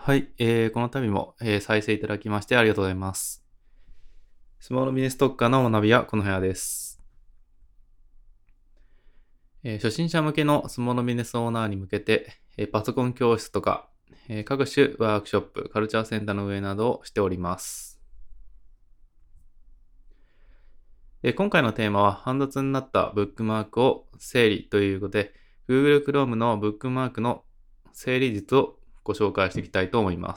はい、この度も、再生いただきましてありがとうございます。スモールビジネス特化の学びはこの部屋です。初心者向けのスモールビジネスオーナーに向けて、パソコン教室とか、各種ワークショップ、カルチャーセンターの運営などをしております。今回のテーマは、煩雑になったブックマークを整理ということで、Google Chrome のブックマークの整理術をご紹介していきたいと思います。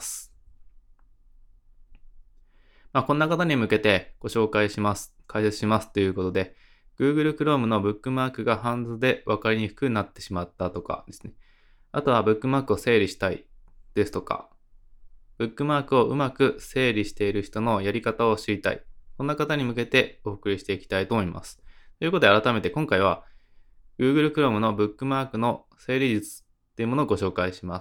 こんな方に向けてご紹介します、解説しますということで、Google Chrome のブックマークがハンズで分かりにくくなってしまったとかですね。あとはブックマークを整理したいですとか、ブックマークをうまく整理している人のやり方を知りたい。こんな方に向けてお送りしていきたいと思います。ということで改めて今回は Google Chrome のブックマークの整理術というものをご紹介します。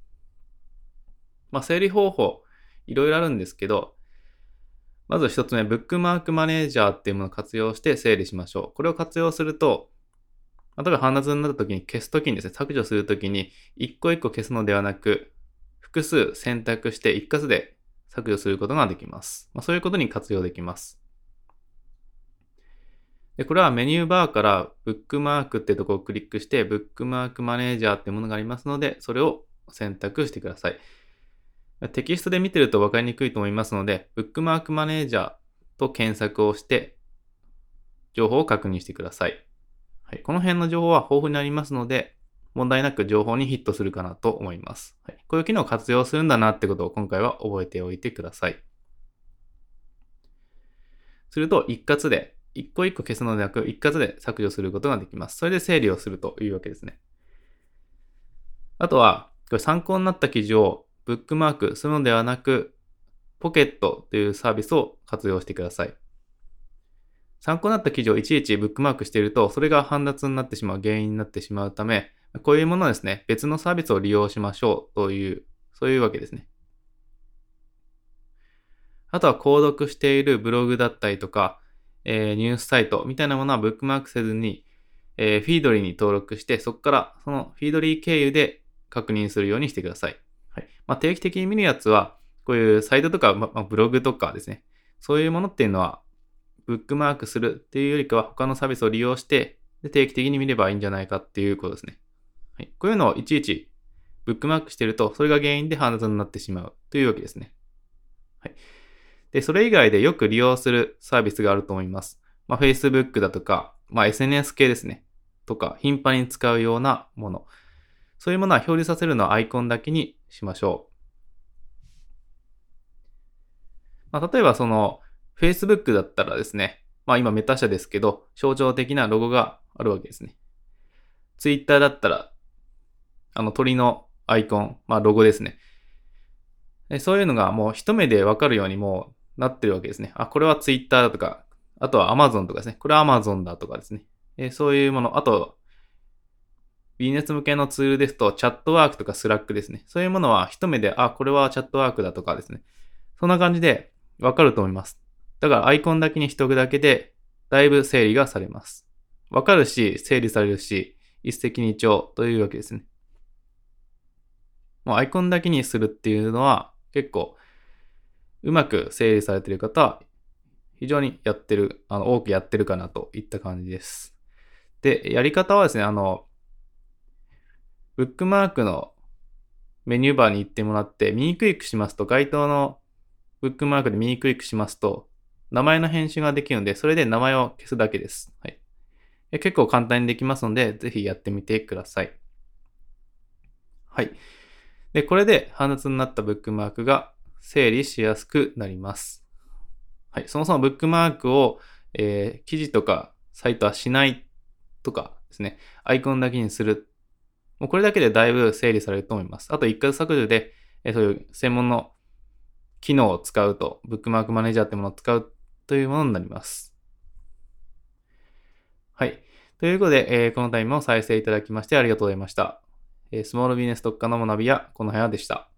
整理方法いろいろあるんですけど、まず一つ目、ブックマークマネージャーっていうものを活用して整理しましょう。これを活用すると、例えば煩雑になった時に消す時にですね、削除する時に一個一個消すのではなく、複数選択して一括で削除することができます。そういうことに活用できます。で、これはメニューバーからブックマークっていうところをクリックして、ブックマークマネージャーっていうものがありますので、それを選択してください。テキストで見てると分かりにくいと思いますので、ブックマークマネージャーと検索をして、情報を確認してください。はい、この辺の情報は豊富にありますので、問題なく情報にヒットするかなと思います。はい、こういう機能を活用するんだなってことを今回は覚えておいてください。すると一括で、一個一個消すのではなく、一括で削除することができます。それで整理をするというわけですね。あとは、これ参考になった記事をブックマークするのではなく、ポケットというサービスを活用してください。参考になった記事をいちいちブックマークしていると、それが煩雑になってしまう原因になってしまうため、こういうものをですね、別のサービスを利用しましょうという、そういうわけですね。あとは購読しているブログだったりとか、ニュースサイトみたいなものはブックマークせずに、フィードリーに登録して、そこからそのフィードリー経由で確認するようにしてください。はい。定期的に見るやつは、こういうサイトとか、ブログとかですね、そういうものっていうのは、ブックマークするっていうよりかは他のサービスを利用して、で定期的に見ればいいんじゃないかっていうことですね。はい。こういうのをいちいちブックマークしてると、それが原因で煩雑になってしまうというわけですね。はい。で、それ以外でよく利用するサービスがあると思います。Facebook だとか、SNS 系ですね。とか、頻繁に使うようなもの。そういうものは表示させるのはアイコンだけにしましょう。例えばFacebook だったらですね、今メタ社ですけど、象徴的なロゴがあるわけですね。Twitter だったら、鳥のアイコン、ロゴですね。そういうのがもう一目でわかるようにもうなってるわけですね。これは Twitter だとか、あとは Amazon とかですね。これは Amazon だとかですね。そういうもの、あと、ビジネス向けのツールですと、チャットワークとかスラックですね。そういうものは一目で、これはチャットワークだとかですね。そんな感じでわかると思います。だからアイコンだけにしとくだけで、だいぶ整理がされます。わかるし、整理されるし、一石二鳥というわけですね。もうアイコンだけにするっていうのは結構うまく整理されている方は非常に多くやってるかなといった感じです。で、やり方はですね、ブックマークのメニューバーに行ってもらって、右クリックしますと、該当のブックマークで右クリックしますと、名前の編集ができるので、それで名前を消すだけです。はい。結構簡単にできますので、ぜひやってみてください。はい。で、これで煩雑になったブックマークが整理しやすくなります。はい。そもそもブックマークを、記事とかサイトはしないとかですね、アイコンだけにする。もうこれだけでだいぶ整理されると思います。あと一回削除で、そういう専門の機能を使うと、ブックマークマネージャーってものを使うというものになります。はい。ということで、このタイムを再生いただきましてありがとうございました。スモールビジネス特化の学びやこの部屋でした。